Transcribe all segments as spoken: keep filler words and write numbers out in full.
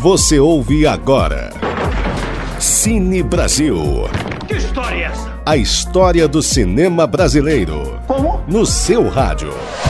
Você ouve agora Cine Brasil. Que história é essa? A história do cinema brasileiro. Como? No seu rádio.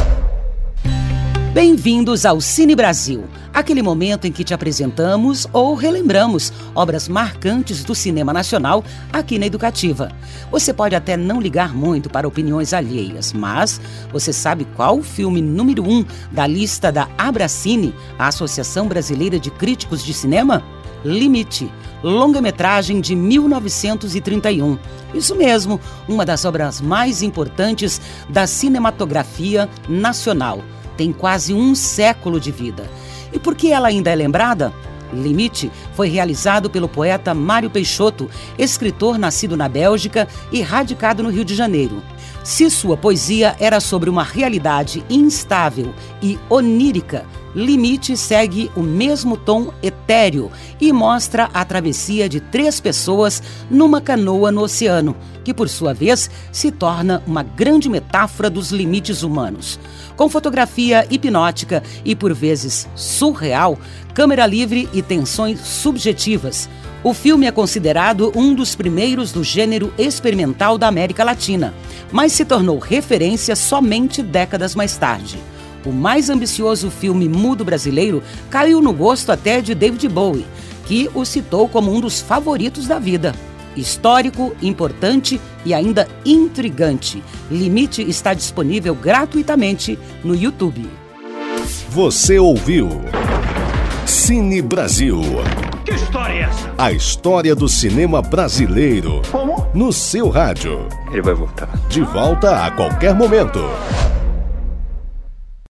Bem-vindos ao Cine Brasil, aquele momento em que te apresentamos ou relembramos obras marcantes do cinema nacional aqui na Educativa. Você pode até não ligar muito para opiniões alheias, mas você sabe qual o filme número um da lista da Abracine, a Associação Brasileira de Críticos de Cinema? Limite, longa-metragem de mil novecentos e trinta e um. Isso mesmo, uma das obras mais importantes da cinematografia nacional. Tem quase um século de vida. E por que ela ainda é lembrada? Limite foi realizado pelo poeta Mário Peixoto, escritor nascido na Bélgica e radicado no Rio de Janeiro. Se sua poesia era sobre uma realidade instável e onírica, Limite segue o mesmo tom etéreo e mostra a travessia de três pessoas numa canoa no oceano, que por sua vez se torna uma grande metáfora dos limites humanos. Com fotografia hipnótica e por vezes surreal, câmera livre e tensões subjetivas, o filme é considerado um dos primeiros do gênero experimental da América Latina, mas se tornou referência somente décadas mais tarde. O mais ambicioso filme mudo brasileiro caiu no gosto até de David Bowie, que o citou como um dos favoritos da vida. Histórico, importante e ainda intrigante. Limite está disponível gratuitamente no YouTube. Você ouviu Cine Brasil. Que história é essa? A história do cinema brasileiro. Como? No seu rádio. Ele vai voltar. De volta a qualquer momento.